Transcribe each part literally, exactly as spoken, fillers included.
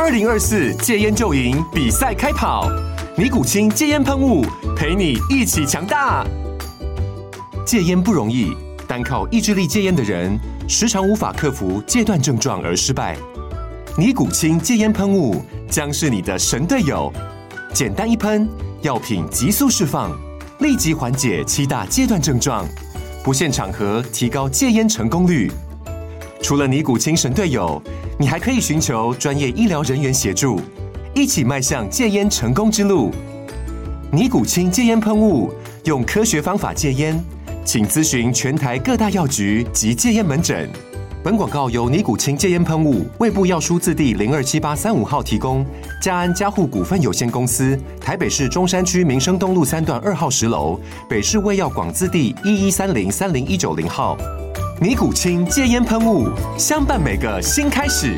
二零二四戒烟就赢比赛开跑，尼古清戒烟喷雾陪你一起强大。戒烟不容易，单靠意志力戒烟的人，时常无法克服戒断症状而失败。尼古清戒烟喷雾将是你的神队友，简单一喷，药品急速释放，立即缓解七大戒断症状，不限场合提高戒烟成功率。除了尼古清神队友，你还可以寻求专业医疗人员协助，一起迈向戒烟成功之路。尼古清戒烟喷雾，用科学方法戒烟，请咨询全台各大药局及戒烟门诊。本广告由尼古清戒烟喷雾、卫部药书字第零二七八三五号提供，嘉安嘉护股份有限公司，台北市中山区民生东路三段二号十楼，北市卫药广字第一一三零三零一九零号。尼古清戒烟喷雾，相伴每个新开始。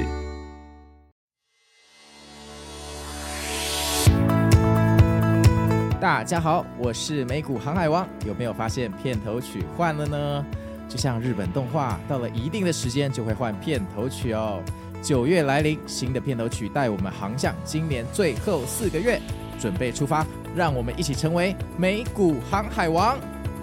大家好，我是美股航海王。有没有发现片头曲换了呢？就像日本动画，到了一定的时间就会换片头曲哦。九月来临，新的片头曲带我们航向今年最后四个月，准备出发，让我们一起成为美股航海王。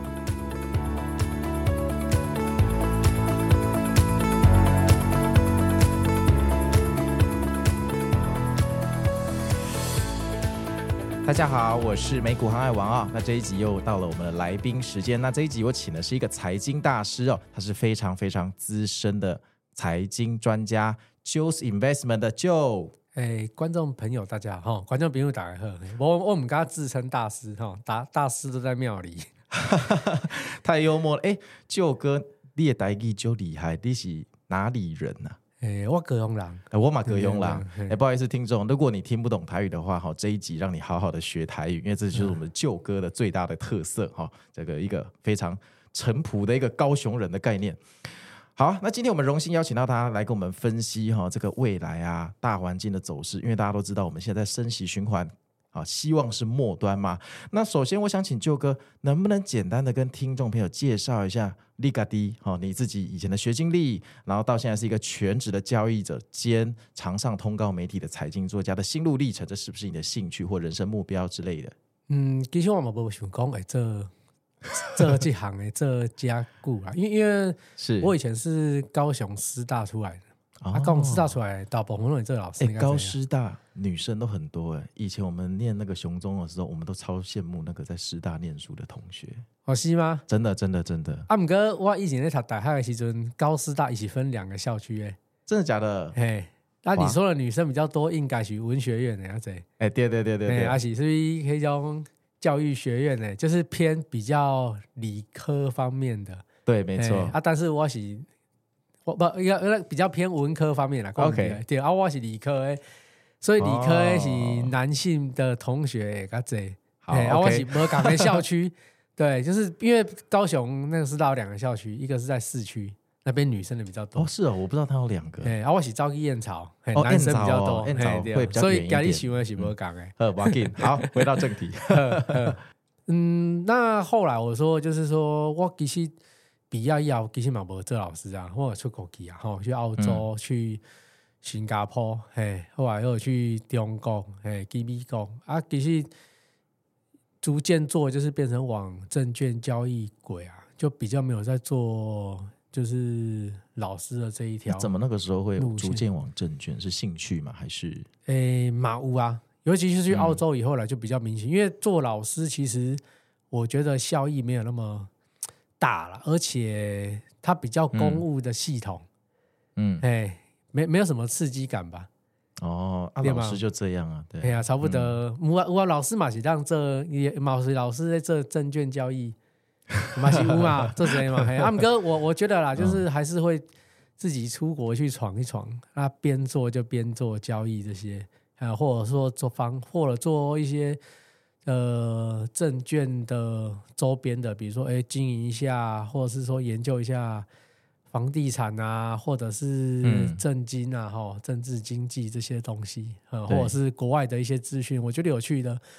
大家好，我是美股航海王啊、哦。那这一集又到了我们的来宾时间。那这一集我请的是一个财经大师哦，他是非常非常资深的财经专家 Joe's Investment 的 Joe。 哎，观众朋友大家好，观众朋友大家好。我我们刚刚自称大师哈，大大师都在庙里， 太幽默了。哎，Joe哥，你的台语就厉害，你是哪里人啊？ 欸、我高雄人、 欸、我嘛高雄人、欸、不好意思听众，如果你听不懂台语的话，这一集让你好好的学台语，因为这就是我们Joe哥的最大的特色、嗯、这个一个非常淳朴的一个高雄人的概念。好，那今天我们荣幸邀请到他来跟我们分析这个未来啊大环境的走势，因为大家都知道我们现在升息循环好，希望是末端嘛。那首先我想请Joe哥能不能简单的跟听众朋友介绍一下你自己、哦、你自己以前的学经历，然后到现在是一个全职的交易者兼常上通告媒体的财经作家的心路历程，这是不是你的兴趣或人生目标之类的？ 嗯，其实我也没想讲会做做这行的做这么久啦，因为因为是我以前是高雄师大出来的。哦、啊，高雄师大出来，大部分都是这个老师。 哎，高师大女生都很多哎。以前我们念那个雄中的时候，我们都超羡慕那个在师大念书的同学。 哦，是吗？ 真的，真的，真的。 啊，不过我以前在读大学的时候，高师大一起分两个校区哎。 真的假的？ 嘿，那、啊、你说的女生比较多，应该是文学院的样子。 哎，对对对对对， 而且是那种教育学院的，就是偏比较理科方面的。 对，没错。 啊，但是我是。我不比较偏文科方面啦 ，OK， 对啊，我是理科的，所以理科的是男性的同学较侪，好，啊，我是无同的校区，对，就是因为高雄那个师大有两个校区，一个是在市区那边女生的比较多， 哦，是哦，我不知道它有两个， 对，啊，我是招去燕巢， 哦， 男生比较多， 燕巢会比较所以家里想的是无同的， 呃，不要紧，好，回到正题， 嗯，那后来我说就是说我其实。毕业以后其实嘛无做老师啊，我有出国去啊，吼，去澳洲、嗯、去新加坡，嘿，后来又去中国，嘿，去美国啊，其实逐渐做就是变成往证券交易轨啊，就比较没有在做就是老师的这一条。 怎么那个时候会逐渐往证券？是兴趣吗？还是？ 诶，嘛有啊，尤其是去澳洲以后来就比较明显、嗯，因为做老师其实我觉得效益没有那么。大了，而且它比较公务的系统，嗯，哎，没没有什么刺激感吧？ 哦，啊，老师就这样啊，对， 哎呀、啊，差不多。我、嗯、我老师嘛是让这，也嘛是老师在这证券交易，嘛是有嘛，做这嘛。啊，哥，我我觉得啦，就是还是会自己出国去闯一闯，那边做就边做交易这些，啊，或者说做方，或者做一些。呃，证券的周边的，比如说，哎，经营一下，或者是说研究一下房地产啊，或者是政经啊，哈、嗯，政治经济这些东西，呃，或者是国外的一些资讯，我觉得有趣的，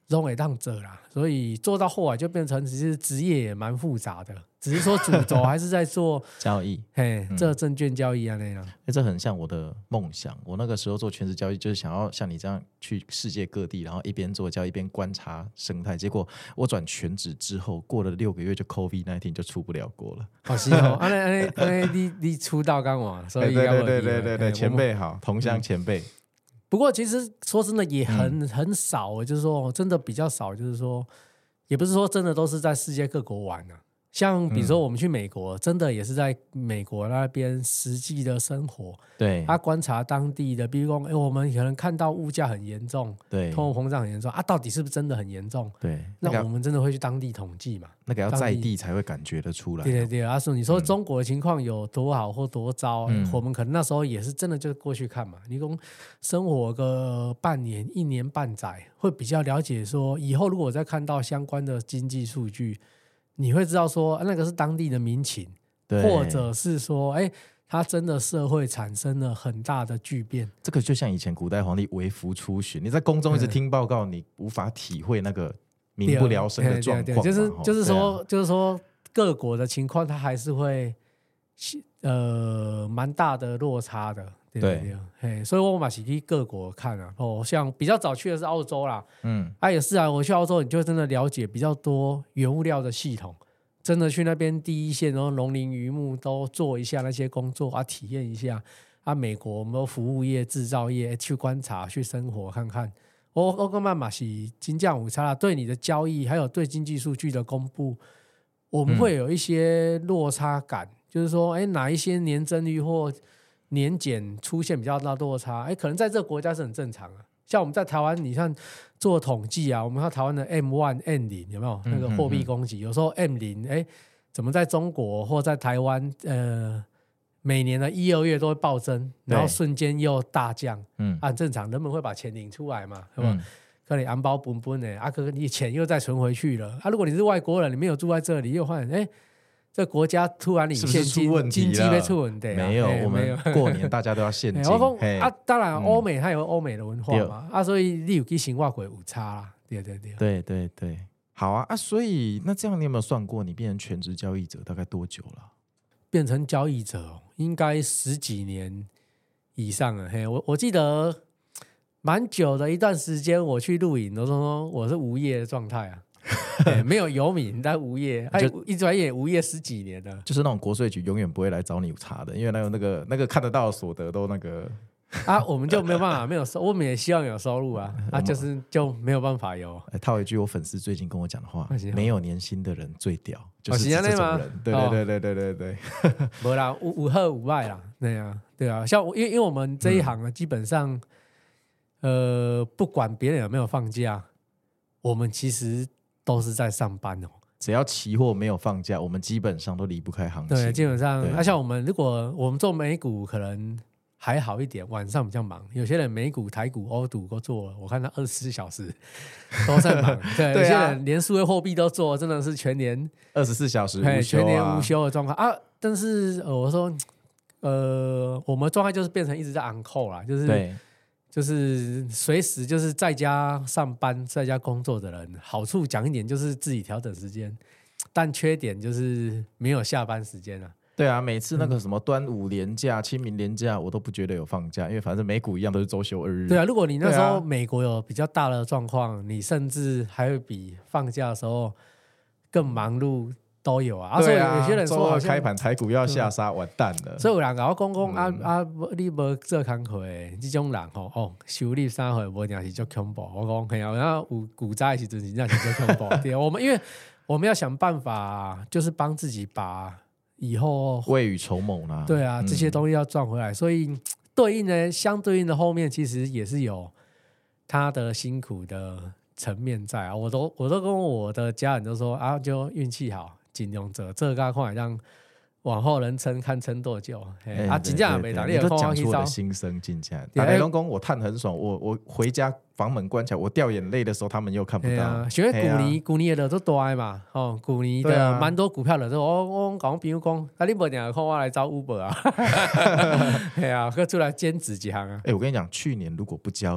拢会当做啦，所以做到后来就变成其实职业也蛮复杂的，只是说主轴还是在做交易， 嘿，这证券交易啊那样。 欸、这很像我的梦想。我那个时候做全职交易，就是想要像你这样去世界各地，然后一边做交易一边观察生态。结果我转全职之后，过了六个月就 COVID 十九 就出不了国了。 哦，是哦，安尼安尼安尼，你你出道刚完，所以对对对对对对，前辈好，同乡前辈。嗯， 不过其实说真的也很、嗯、很少，就是说真的比较少，就是说也不是说真的都是在世界各国玩啊。像比如说我们去美国，嗯、真的也是在美国那边实际的生活， 对， 他、啊、观察当地的，比如说，哎，我们可能看到物价很严重， 对， 通货膨胀很严重啊，到底是不是真的很严重？ 对， 那我们真的会去当地统计嘛？ 那个要在地才会感觉得出来。 对对对，阿叔，你说中国的情况有多好或多糟、嗯？我们可能那时候也是真的就过去看嘛，你说生活个半年、一年半载，会比较了解说，以后如果再看到相关的经济数据。你会知道说、啊、那个是当地的民情，或者是说哎，它真的社会产生了很大的巨变。 这个就像以前古代皇帝微服出巡，你在宫中一直听报告、嗯、你无法体会那个民不聊生的状况。 就是就是说、啊、就是说各国的情况它还是会呃蛮大的落差的。对对对，嘿，所以我嘛是去各国看啊，哦，像比较早去的是澳洲啦，嗯，啊也是啊，我去澳洲你就真的了解比较多原物料的系统，真的去那边第一线，然后农林渔牧都做一下那些工作啊，体验一下啊，美国我们服务业、制造业去观察、去生活看看，我我感觉嘛是真正有差啦，对你的交易还有对经济数据的公布，我们会有一些落差感，嗯、就是说，哎，哪一些年增率或年减出现比较大落差，哎，可能在这个国家是很正常啊。像我们在台湾，你看做统计啊，我们看台湾的 M 一 M 零 有没有那个货币供给？有时候 M 零，哎，怎么在中国或在台湾，呃，每年的一二月都会暴增，然后瞬间又大降，嗯，很正常，人们会把钱领出来嘛，对吧？可能红包本本的，啊，可你钱又再存回去了，啊，如果你是外国人，你没有住在这里，又发现，哎。这国家突然领现金， 是不是出问题了？ 经济被出问题、啊、 没有，我们过年大家都要现金。 啊，当然欧美它有欧美的文化嘛，啊，所以你有去生活过有差啦，对对对， 对对对，好啊啊，所以那这样你有没有算过，你变成全职交易者大概多久了？ 变成交易者应该十几年以上了。嘿，我我记得蛮久的一段时间，我去露营，我说我是无业的状态啊。没有游民，但无业，哎，一转眼无业十几年了。 就是那种国税局永远不会来找你查的，因为那个那个那个看得到的所得都那个啊，我们就没有办法没有收，我们也希望有收入啊，啊，就是就没有办法有。 欸、套一句我粉丝最近跟我讲的话，没有年薪的人最屌，就是这种人。对对对对对对对， 没啦，有有好有坏啦，对啊对啊，像因为因为我们这一行啊，基本上呃，不管别人有没有放假，我们其实。都是在上班哦， 只要期货没有放假，我们基本上都离不开行情。 对，基本上，那、啊、像我们，如果我们做美股，可能还好一点，晚上比较忙。有些人美股、台股、欧股都做了，我看他二十四小时都在忙。对，对啊、有些人连数位货币都做，真的是全年二十四小时无休、啊， 全年无休的状况啊。但是、呃、我说，呃，我们状态就是变成一直在 on call 啦，就是。对，就是随时就是在家上班在家工作的人，好处讲一点就是自己调整时间，但缺点就是没有下班时间啊。 对啊，每次那个什么端午连假、清明连假，我都不觉得有放假，因为反正美股一样都是周休二日。 对啊，如果你那时候美国有比较大的状况、啊，你甚至还会比放假的时候更忙碌。都有啊，啊所以有些人说好像开盘台股要下杀，完蛋了。 所以有人跟我讲讲、嗯、啊啊，你无做工课的这种人吼哦，收入三回无定是足恐怖。我讲嘿啊，然后有股灾的时阵真的是足恐怖。对，我们因为我们要想办法，就是帮自己把以后未雨绸缪啦。 对啊，这些东西要赚回来，嗯、所以对应的相对应的后面其实也是有他的辛苦的层面在啊。我都我都跟我的家人都说啊，就运气好。尽量做，这个看让往后人撑，看撑多久。欸、啊，真正也没打， 你都讲出我的心声，真正。打雷龙公，我叹很爽，我我回家房门关起来，我掉眼泪的时候，他们又看不到。 啊，因为古年古年的都大嘛，哦，古年的蛮多股票的，我我讲朋友讲，啊，你无定看我来找 Uber 啊，系啊，佢出来兼职一行啊。 哎、欸，我跟你讲，去年如果不交易。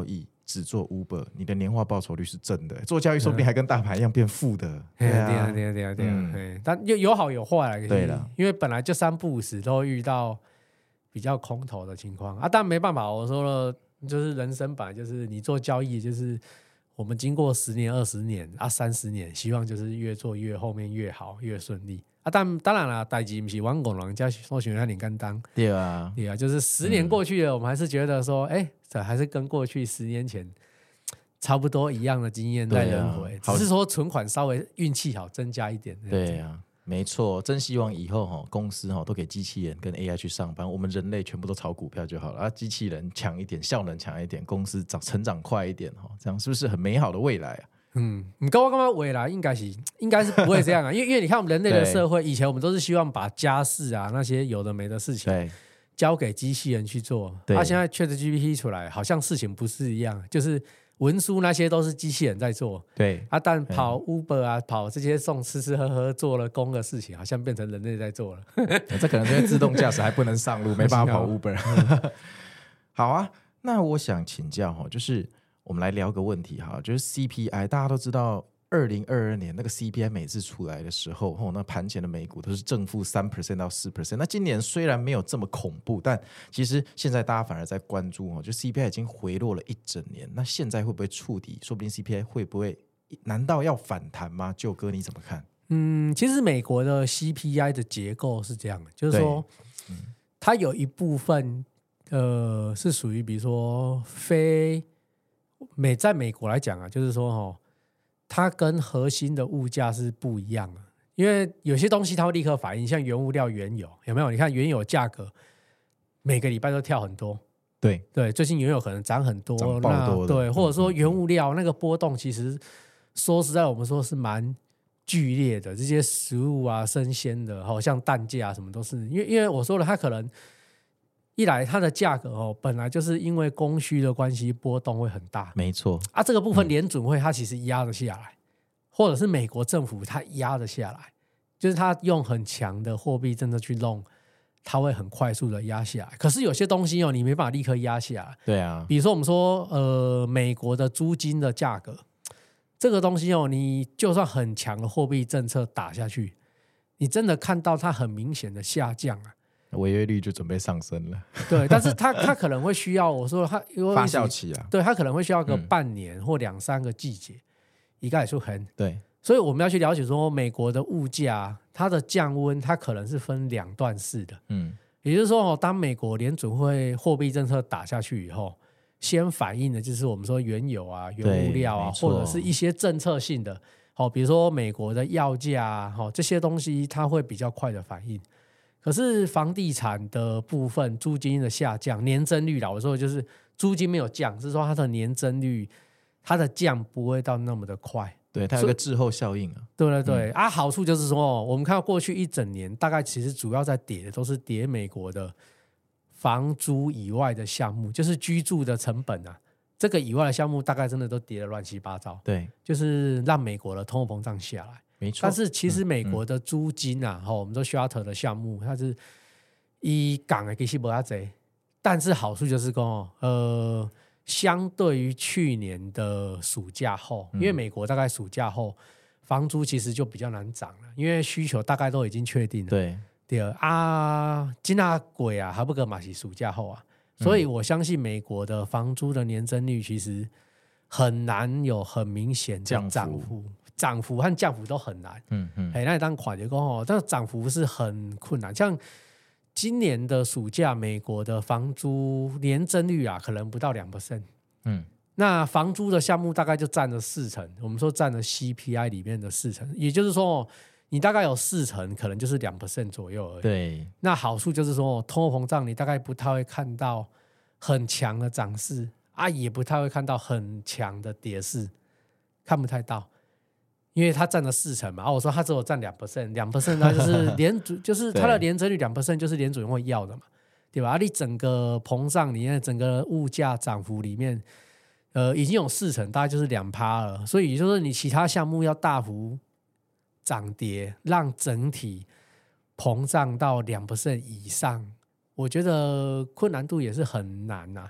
只做 Uber， 你的年化报酬率是正的，做交易说不定还跟大盘一样变负的。 对啊，对啊，对啊，对啊，对啊。嗯、但有有好有坏啦。对了，因为本来就三不五时都会遇到比较空头的情况啊，但没办法，我说了，就是人生本来就是你做交易，就是我们经过十年、二十年啊、三十年，希望就是越做越后面越好、越顺利啊。但当然啦，代志不是王工人家说选那点简单。 对啊， 对啊，就是十年过去了，嗯、我们还是觉得说，哎，这还是跟过去十年前差不多一样的经验在轮回，啊、只是说存款稍微运气好增加一点。 对啊。没错，真希望以后、哦、公司、哦、都给机器人跟 A I 去上班，我们人类全部都炒股票就好了啊！机器人强一点，效能强一点，公司长成长快一点、哦、这样是不是很美好的未来啊？ 嗯，你跟我刚刚未来应该是应该是不会这样啊，因为因为你看我们人类的社会，以前我们都是希望把家事啊那些有的没的事情交给机器人去做，啊，现在 ChatGPT 出来，好像事情不是一样，就是文书那些都是机器人在做， 对啊，但跑 Uber 啊，跑这些送吃吃喝喝做了工的事情，好像变成人类在做了。 这可能因为自动驾驶还不能上路，没办法跑 Uber。好啊，那我想请教哈，就是我们来聊个问题哈，就是 C P I， 大家都知道。二零二二年那个 C P I 每次出来的时候，哦、那盘前的美股都是正负 百分之三 到 百分之四。那今年虽然没有这么恐怖，但其实现在大家反而在关注、哦、就 C P I 已经回落了一整年，那现在会不会触底？说不定 C P I 会不会？难道要反弹吗？舅哥你怎么看？ 嗯，其实美国的 C P I 的结构是这样的，就是说，嗯、它有一部分呃是属于比如说非美，在美国来讲啊，就是说哦。它跟核心的物价是不一样的，因为有些东西它会立刻反应，像原物料、原油有没有？你看原油价格每个礼拜都跳很多， 对对，最近原油可能涨很多， 涨爆多的， 对，或者说原物料那个波动，其实说实在，我们说是蛮剧烈的。这些食物啊、生鲜的，好像蛋价什么都是，因为因为我说了，它可能一来它的价格哦，本来就是因为供需的关系波动会很大， 没错啊，这个部分联准会它其实压得下来，嗯、或者是美国政府它压得下来，就是它用很强的货币政策去弄，它会很快速的压下来。可是有些东西哦，你没办法立刻压下来。 对啊， 比如说我们说呃，美国的租金的价格，这个东西哦，你就算很强的货币政策打下去，你真的看到它很明显的下降啊。 违约率就准备上升了， 对，但是它它可能会需要我说它发酵期啊， 对，它可能会需要个半年或两三个季节，一概出很对， 所以我们要去了解说美国的物价它的降温，它可能是分两段式的，嗯，也就是说当美国联准会货币政策打下去以后，先反映的就是我们说原油啊、原物料啊，或者是一些政策性的，好，比如说美国的药价啊，好，这些东西它会比较快的反应。可是房地产的部分租金的下降，年增率啦，我说的就是租金没有降，是说它的年增率，它的降不会到那么的快。 对，它有个滞后效应啊。 对对对、嗯、啊，好处就是说，我们看到过去一整年，大概其实主要在跌的都是跌美国的房租以外的项目，就是居住的成本啊，这个以外的项目大概真的都跌得乱七八糟。 对， 就是让美国的通货膨胀下来。 没错， 但是其实美国的租金啊，嗯嗯、我们说 shelter 的项目，它是以港的其实没那么多，但是好处就是说，呃，相对于去年的暑假后，因为美国大概暑假后房租其实就比较难涨了，因为需求大概都已经确定了。 对， 对啊，今那贵啊，还不可嘛是暑假后啊，所以我相信美国的房租的年增率其实很难有很明显的涨幅。涨幅和降幅都很难，嗯嗯，哎，那你当款就讲哦，但是涨幅是很困难。像今年的暑假，美国的房租年增率啊，可能不到两 percent， 嗯，那房租的项目大概就占了四成，我们说占了 C P I 里面的四成，也就是说哦，你大概有四成可能就是两 percent 左右而已。 对， 那好处就是说，通货膨胀你大概不太会看到很强的涨势啊，也不太会看到很强的跌势，看不太到。因为它占了四成嘛，啊，我说它只有占两 percent， 两 percent 那就是联就是它的年增率两 percent 就是联准会要的嘛，对吧？啊，你整个膨胀里面，整个物价涨幅里面，呃，已经有四成，大概就是两趴了。所以也就是你其他项目要大幅涨跌，让整体膨胀到两 percent 以上，我觉得困难度也是很难呐，啊。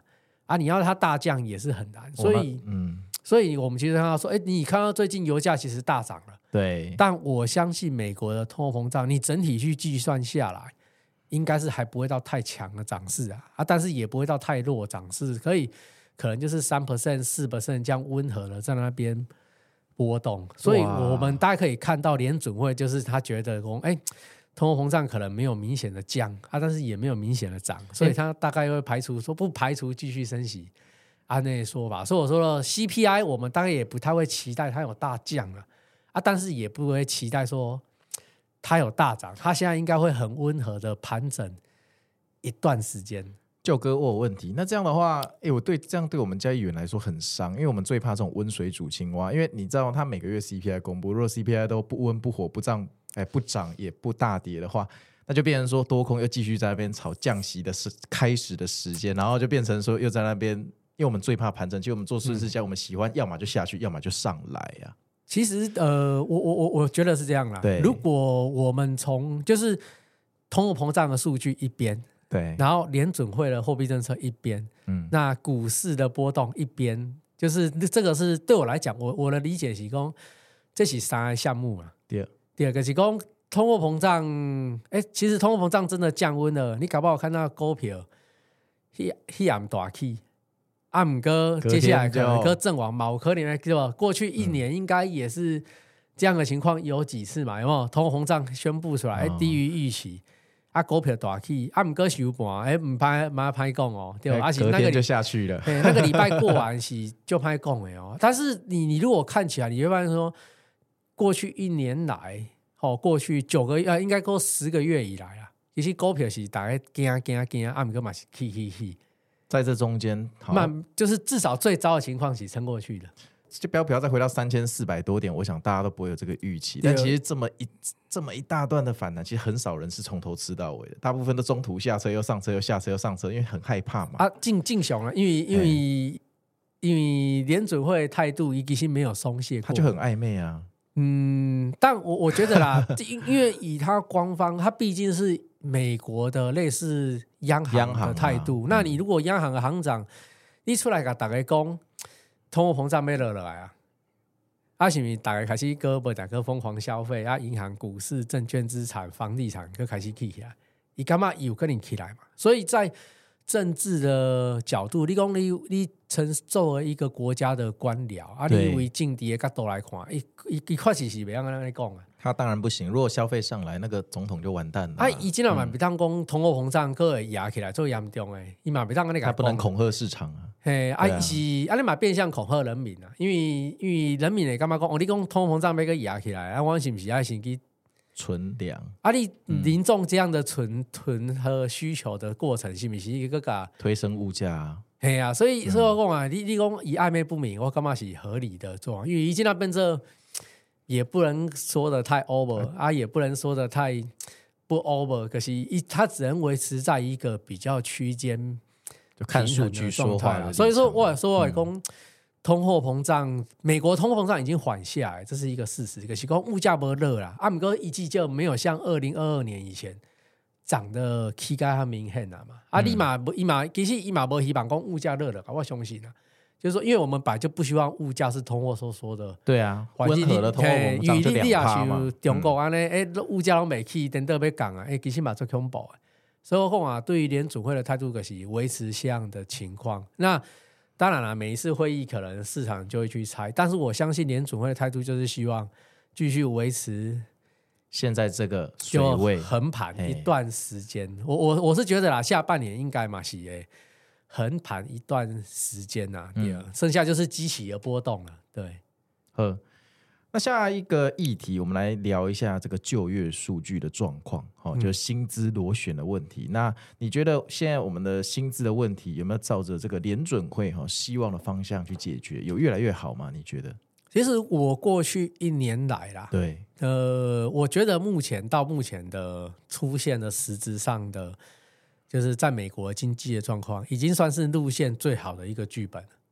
啊，你要它大降也是很难，所以嗯，所以我们其实看到说，哎，你看到最近油价其实大涨了， 对， 但我相信美国的通货膨胀，你整体去计算下来，应该是还不会到太强的涨势啊，啊，但是也不会到太弱涨势，可以可能就是三 percent、四 percent 这样温和的在那边波动，所以我们大家可以看到联准会就是他觉得说，哎。通货膨胀可能没有明显的降啊，但是也没有明显的涨，所以他大概会排除说不排除继续升息啊那些说法。所以我说了 C P I 我们大概也不太会期待它有大降了啊，但是也不会期待说它有大涨，它现在应该会很温和的盘整一段时间。 舅哥我有问题，那这样的话，欸、我对这样对我们交易员来说很伤，因为我们最怕这种温水煮青蛙，因为你知道他每个月 C P I 公布，如果 C P I 都不温不火不涨。哎，不涨也不大跌的话，那就变成说多空又继续在那边炒降息的时开始的时间，然后就变成说又在那边，因为我们最怕盘整，其实我们做顺势价，我们喜欢要么就下去，要么就上来啊。 其实呃，我我我我觉得是这样啦。 对， 如果我们从就是通货膨胀的数据一边， 对， 然后联准会的货币政策一边，嗯，那股市的波动一边，就是这个是对我来讲，我我的理解是说，这是三个项目嘛。 对。 第二个是说通货膨胀，哎，其实通货膨胀真的降温了。你搞不好看到股票，那那也大起，啊，不过接下来可能跟阵亡嘛，有可能对吧？过去一年应该也是这样的情况有几次嘛？有没有？通货膨胀宣布出来，哎，低于预期，啊，股票大起，啊，不过收盘，哎，唔歹，蛮歹讲哦，对吧？而且那个就下去了， 那个礼拜过完是就歹讲的哦。但是你你如果看起来，你会发现说。过去一年来，哦，过去九个月，应该过十个月以来啊，其实股票是大家惊惊惊，啊，不过嘛是起起起， 在这中间， 慢就是至少最糟的情况是撑过去的。 就不要不要再回到三千四百多点，我想大家都不会有这个预期。但其实这么一这么一大段的反弹，其实很少人是从头吃到尾的，大部分都中途下车又上车又下车又上车，因为很害怕嘛。 啊，进进熊了，因为因为因为联准会态度其实没有松懈过， 他就很暧昧啊。 嗯，但我我觉得啦，因为以他官方，他毕竟是美国的类似央行的态度。啊、那你如果央行的行长，你出来给大家讲，通货膨胀没落来啊，啊是不是大家开始各不大家疯狂消费啊？银行、股市、证券资产、房地产就开始起起来，你干嘛有跟你起来嘛？所以在政治的角度，你讲你你曾作为一个国家的官僚啊，你为政治的角度来看，一一一确实是不要跟你讲啊。 他当然不行，如果消费上来，那个总统就完蛋了。 啊，以前嘛，比当讲通货膨胀，个压起来最严重诶，伊嘛比当跟你讲， 他不能恐吓市场啊。 嘿，啊，啊是啊，你嘛变相恐吓人民啊，因为因为人民会感觉讲，哦，你讲通货膨胀要个压起来，啊，我是不是要先去存粮？ 啊，你民众这样的存囤和需求的过程，是不是一个个推升物价啊？ 嘿啊，所以所以我讲啊，你你讲以暧昧不明，我感觉是合理的做法，因为以前那边这也不能说的太 over、嗯、啊，也不能说的太不 over， 可是一它只能维持在一个比较区间， 就看数据说话了。 所以说，我说我讲、嗯、通货膨胀，美国通货膨胀已经缓下来，这是一个事实。可是讲物价不热啦，啊，不过一季就没有像二零二二年以前涨得起价很明显啦嘛。啊，你嘛伊嘛其实伊嘛无希望讲物价热了，我相信啊。就是说，因为我们本来就不希望物价是通货缩缩的， 对啊，温和的通货膨胀就两趴嘛。 中国安尼，哎、嗯，物价拢未起，等到要降啊，哎，其实嘛最恐怖的。所以我讲啊，对于联准会的态度，就是维持这样的情况。那当然了，每一次会议可能市场就会去猜，但是我相信联准会的态度就是希望继续维持现在这个水位横盘一段时间。我我我是觉得啦，下半年应该嘛是诶。横盘一段时间呐、啊嗯，剩下就是激起的波动了。对， 呵，那下一个议题，我们来聊一下这个就业数据的状况，哦，就是薪资螺旋的问题。嗯、那你觉得现在我们的薪资的问题有没有照着这个联准会哈希望的方向去解决？有越来越好吗？你觉得？ 其实我过去一年来啦， 对， 呃，我觉得目前到目前的出现的实质上的。就是在美国经济的状况，已经算是路线最好的一个剧本了。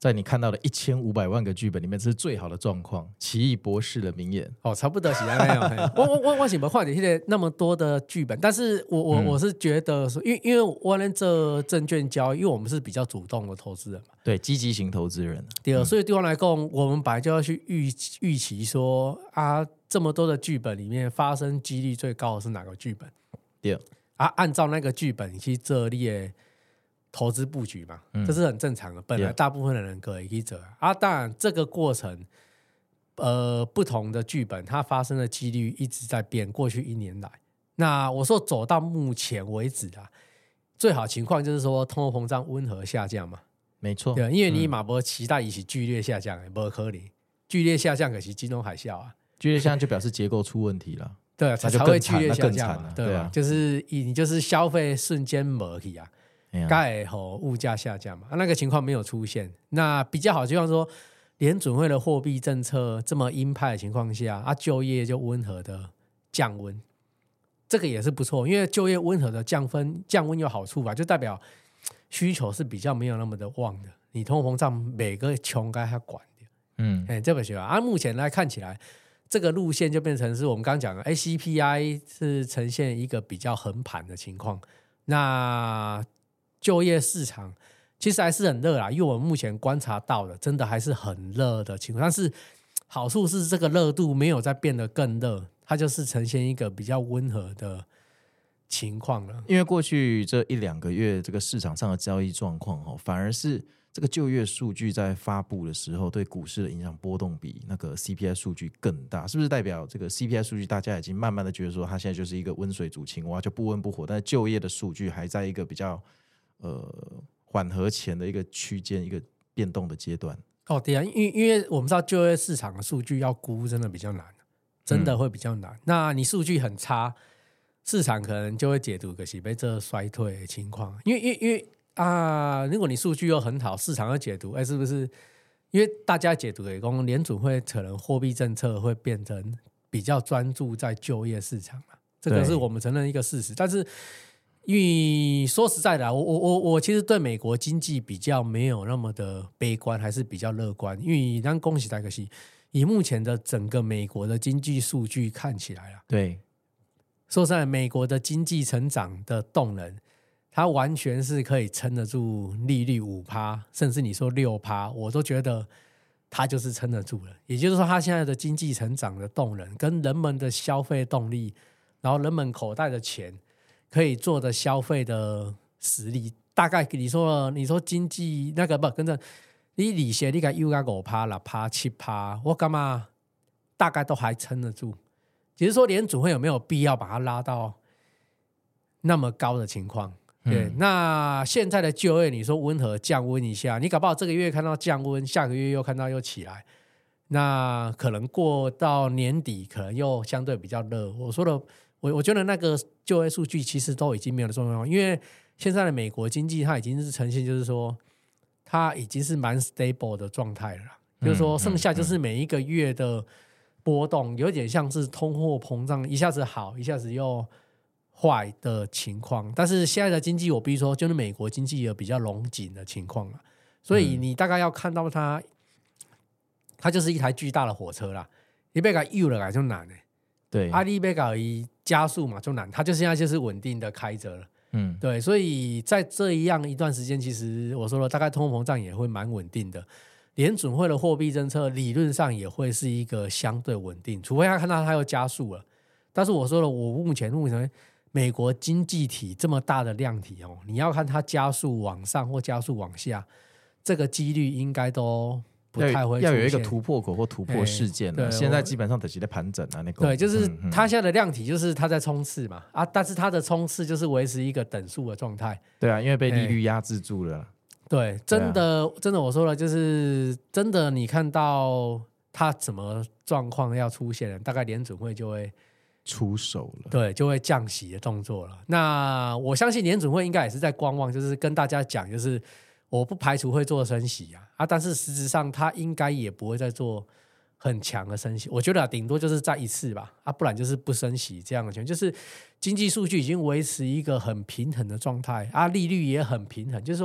在你看到的一千五百万个剧本里面，这是最好的状况。奇异博士的名言哦，差不多是这样。我我我我是没看到现在那么多的剧本，但是我我、嗯、我是觉得说，因为因为我们这证券交易，因为我们是比较主动的投资人嘛， 对，积极型投资人。 对、嗯，所以对我来讲，我们本来就要去预预期说啊，这么多的剧本里面发生几率最高的是哪个剧本？ 对啊，按照那个剧本去做你的投资布局嘛，嗯、这是很正常的。本来大部分的人可以去做啊，当然这个过程，呃，不同的剧本它发生的几率一直在变。过去一年来，那我说走到目前为止啊，最好情况就是说通货膨胀温和下降嘛， 没错， 对，因为你嘛不期待一起剧烈下降，也不可能剧烈下降，可是金融海啸啊， 剧烈下降就表示结构出问题了， 对，才才会剧烈下降嘛， 对啊， 就是你就是消费瞬间没去啊。该吼物价下降嘛、啊，那个情况没有出现。那比较好，就像说联准会的货币政策这么鹰派的情况下，啊，就业就温和的降温，这个也是不错。因为就业温和的降温，降温有好处吧，就代表需求是比较没有那么的旺的。你通货膨胀每个穷该它管的，嗯，哎，这本学啊，目前来看起来，这个路线就变成是我们刚刚讲的，哎 ，C P I 是呈现一个比较横盘的情况，那就业市场其实还是很热啦，因为我们目前观察到的真的还是很热的情况，但是好处是这个热度没有再变得更热，它就是呈现一个比较温和的情况了。 因为过去这一两个月这个市场上的交易状况反而是这个就业数据在发布的时候对股市的影响波动比那个 C P I 数据更大，是不是代表这个 C P I 数据大家已经慢慢的觉得说它现在就是一个温水煮青蛙，就不温不火，但是就业的数据还在一个比较呃，缓和前的一个区间，一个变动的阶段。 哦，对啊，因为因为我们知道就业市场的数据要估真的比较难，真的会比较难。嗯、那你数据很差，市场可能就会解读个是被这衰退的情况。因为因为因为啊，如果你数据又很好，市场又解读，哎，是不是？因为大家解读也讲，联准会可能货币政策会变成比较专注在就业市场嘛，这个是我们承认一个事实，但是。因为说实在的，我我我我其实对美国经济比较没有那么的悲观，还是比较乐观。因为咱恭喜大家是，以目前的整个美国的经济数据看起来啦， 对， 说实在，美国的经济成长的动能，它完全是可以撑得住利率五趴，甚至你说六趴，我都觉得它就是撑得住了。也就是说，它现在的经济成长的动能跟人们的消费动力，然后人们口袋的钱。可以做的消费的实力，大概你说你说经济那个不跟着你利息，你该有个五趴、六趴、七趴，我干嘛大概都还撑得住。只是说联准会有没有必要把它拉到那么高的情况？对，嗯、那现在的就业，你说温和降温一下，你搞不好这个月看到降温，下个月又看到又起来，那可能过到年底，可能又相对比较热。我说的。我我觉得那个就业数据其实都已经没有了重要，因为现在的美国经济它已经是呈现，就是说它已经是蛮 stable 的状态了啦，嗯、就是说剩下就是每一个月的波动，有点像是通货膨胀一下子好，一下子又坏的情况。但是现在的经济，我必须说，就是美国经济有比较龙井的情况了，所以你大概要看到它，它就是一台巨大的火车啦，你别给它油了来就难了。 对， 阿里贝搞一加速嘛就难，它就现在就是稳定的开着了，嗯，对，所以在这一样一段时间，其实我说了，大概通货膨胀也会蛮稳定的，联准会的货币政策理论上也会是一个相对稳定，除非他看到它又加速了。但是我说了，我目前目前美国经济体这么大的量体哦，你要看它加速往上或加速往下，这个几率应该都。不太会要有一个突破口或突破事件了、啊，现在基本上得在盘整啊，那个对，就是它现在的量体就是它在冲刺嘛啊，但是它的冲刺就是维持一个等速的状态， 对啊，因为被利率压制住了， 对，真的、啊、真的我说了，就是真的你看到它什么状况要出现了，大概联准会就会出手了， 对，就会降息的动作了。那我相信联准会应该也是在观望，就是跟大家讲，就是我不排除会做升息啊，啊，但是实质上它应该也不会再做很强的升息。我觉得、啊、顶多就是再一次吧，啊，不然就是不升息这样的情况，就是经济数据已经维持一个很平衡的状态啊，利率也很平衡，就是说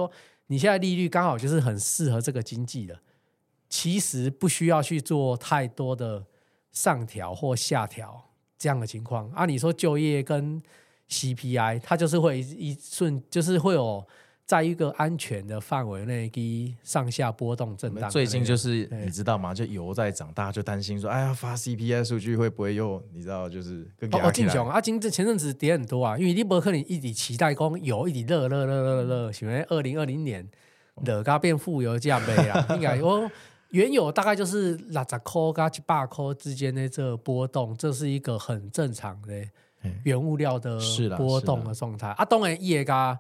你现在利率刚好就是很适合这个经济的，其实不需要去做太多的上调或下调这样的情况啊。你说就业跟 C P I 它就是会一瞬就是会有在一个安全的范围内上下波动震荡。 最近就是你知道吗？就油在涨，大家就担心说，哎呀，发 C P I 数据会不会又你知道就是更压起来？ 哦，正常啊，前前阵子跌很多啊，因为你不可能一直期待讲油一直热热热热热，想在二零二零年热到变负油价杯啦，应该我原油大概就是六十块跟一百块之间的这个波动，这是一个很正常的原物料的波动的状态啊。当然也个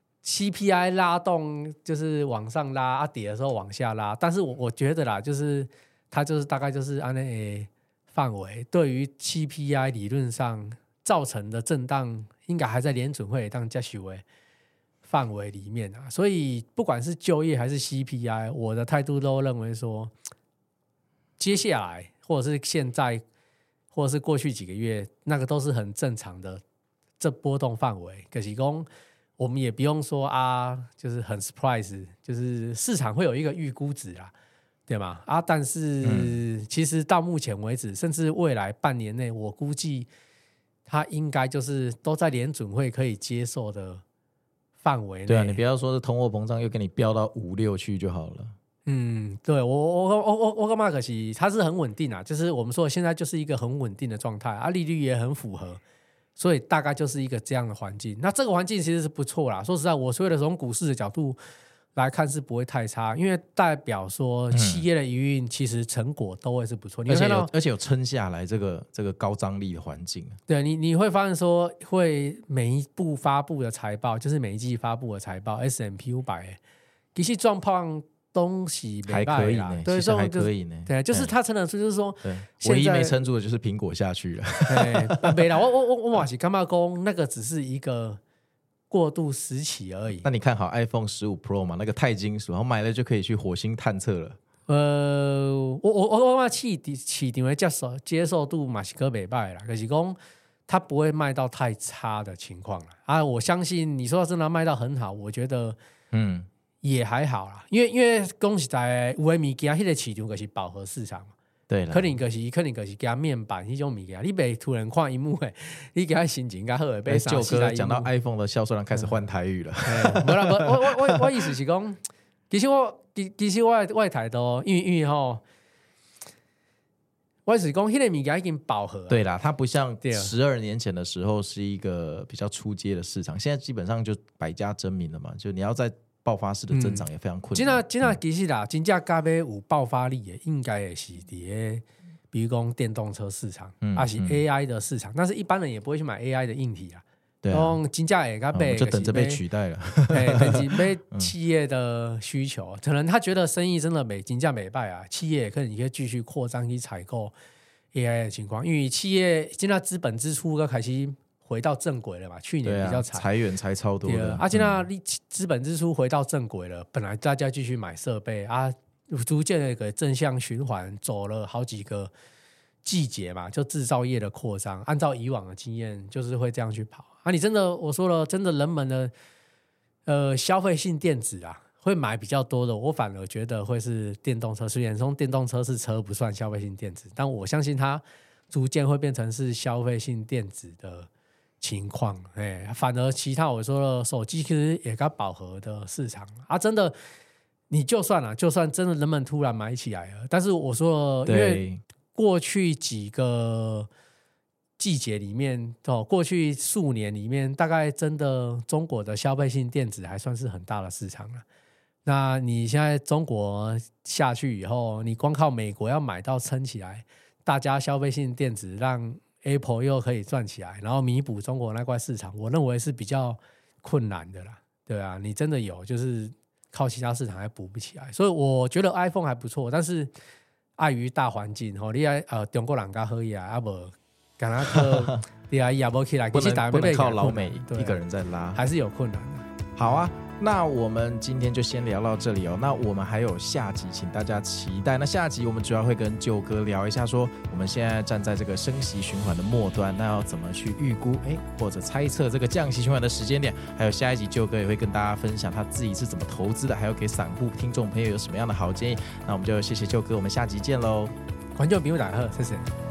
C P I 拉动就是往上拉啊，跌的时候往下拉，但是我我觉得啦，就是它就是大概就是按那范围，对于 C P I 理论上造成的震荡，应该还在联准会当加许为范围里面啊。所以不管是就业还是 C P I， 我的态度都认为说，接下来或者是现在或者是过去几个月，那个都是很正常的这波动范围。可是说我们也不用说啊，就是很 surprise， 就是市场会有一个预估值啦，对吗？啊，但是其实到目前为止，甚至未来半年内，我估计它应该就是都在联准会可以接受的范围内。 对啊，你不要说是通货膨胀又给你飙到五六去就好了。 嗯，对我我我我我干嘛？可惜它是很稳定啊，就是我们说现在就是一个很稳定的状态啊，利率也很符合。所以大概就是一个这样的环境，那这个环境其实是不错啦。说实在，我所谓的从股市的角度来看是不会太差，因为代表说企业的营运其实成果都会是不错， 而且有而且有撑下来这个这个高张力的环境。 对，你你会发现说，会每一步发布的财报，就是每一季发布的财报 ，S and P 五百，其实状况东西还可以呢， 对， 其实还可以呢。 对，就是它撑得住，就是说， 唯一没撑住的就是苹果下去了。 对，没啦，我我我我也是干嘛讲那个只是一个过渡时期而已。 那你看好 iPhone 十五 Pro 嘛？那个钛金属，然后买了就可以去火星探测了。 呃，我我我我市市场的接受接受度嘛是个袂歹啦，可是讲它不会卖到太差的情况啦。啊，我相信你说真的卖到很好，我觉得嗯。也还好啦，因为因为讲实在有的物件，迄个市场就是饱和市场嘛。 对啦， 可能就是可能就是加面板迄种物件，你别突然看荧幕诶，你给他心情较好诶，被旧哥讲到 iPhone 的销售量开始换台语了。 无啦，我我我我意思是讲，其实我其其实我我态度，因为因为吼。我是讲，迄个物件已经饱和了。 对啦，它不像十二年前的时候是一个比较初阶的市场，现在基本上就百家争鸣了嘛。就你要在爆发式的增长也非常困难。 真的真的其实啦，真正甲要有爆发力的，应该也是伫个，比如讲电动车市场，还、嗯、是 A I 的市场、嗯。但是一般人也不会去买 A I 的硬体啊。 对啊， 真正会甲买、 嗯，就等着被取代了。 对，等级被企业的需求，可能他觉得生意真的没真正没败啊，企业可能也可以继续扩张去采购 A I 的情况，因为企业现在资本支出开始回到正轨了嘛，去年比较惨， 啊、裁员裁超多的， 而且呢，资本支出回到正轨了，本来大家继续买设备啊，逐渐的一个正向循环，走了好几个季节嘛，就制造业的扩张，按照以往的经验，就是会这样去跑啊。你真的我说了，真的人们的呃消费性电子啊，会买比较多的，我反而觉得会是电动车。虽然说电动车是车不算消费性电子，但我相信它逐渐会变成是消费性电子的情况，哎，反而其他我说了，手机其实也该饱和的市场啊，真的，你就算了，就算真的人们突然买起来了，但是我说了，因为过去几个季节里面，哦，过去数年里面，大概真的中国的消费性电子还算是很大的市场了。那你现在中国下去以后，你光靠美国要买到撑起来，大家消费性电子让Apple 又可以赚起来，然后弥补中国那块市场，我认为是比较困难的啦。对啊，你真的有就是靠其他市场还补不起来，所以我觉得 iPhone 还不错，但是碍于大环境，吼，你爱呃中国人较好呀，啊无，敢那个你啊也无起来， 不能不能靠老美一个人在拉， 还是有困难的。 好啊， 那我们今天就先聊到这里哦。那我们还有下集，请大家期待。那下集我们主要会跟舅哥聊一下说，说我们现在站在这个升息循环的末端，那要怎么去预估，哎，或者猜测这个降息循环的时间点。还有下一集舅哥也会跟大家分享他自己是怎么投资的，还有给散户听众朋友有什么样的好建议。那我们就谢谢舅哥，我们下集见喽。 观众朋友大家好，谢谢。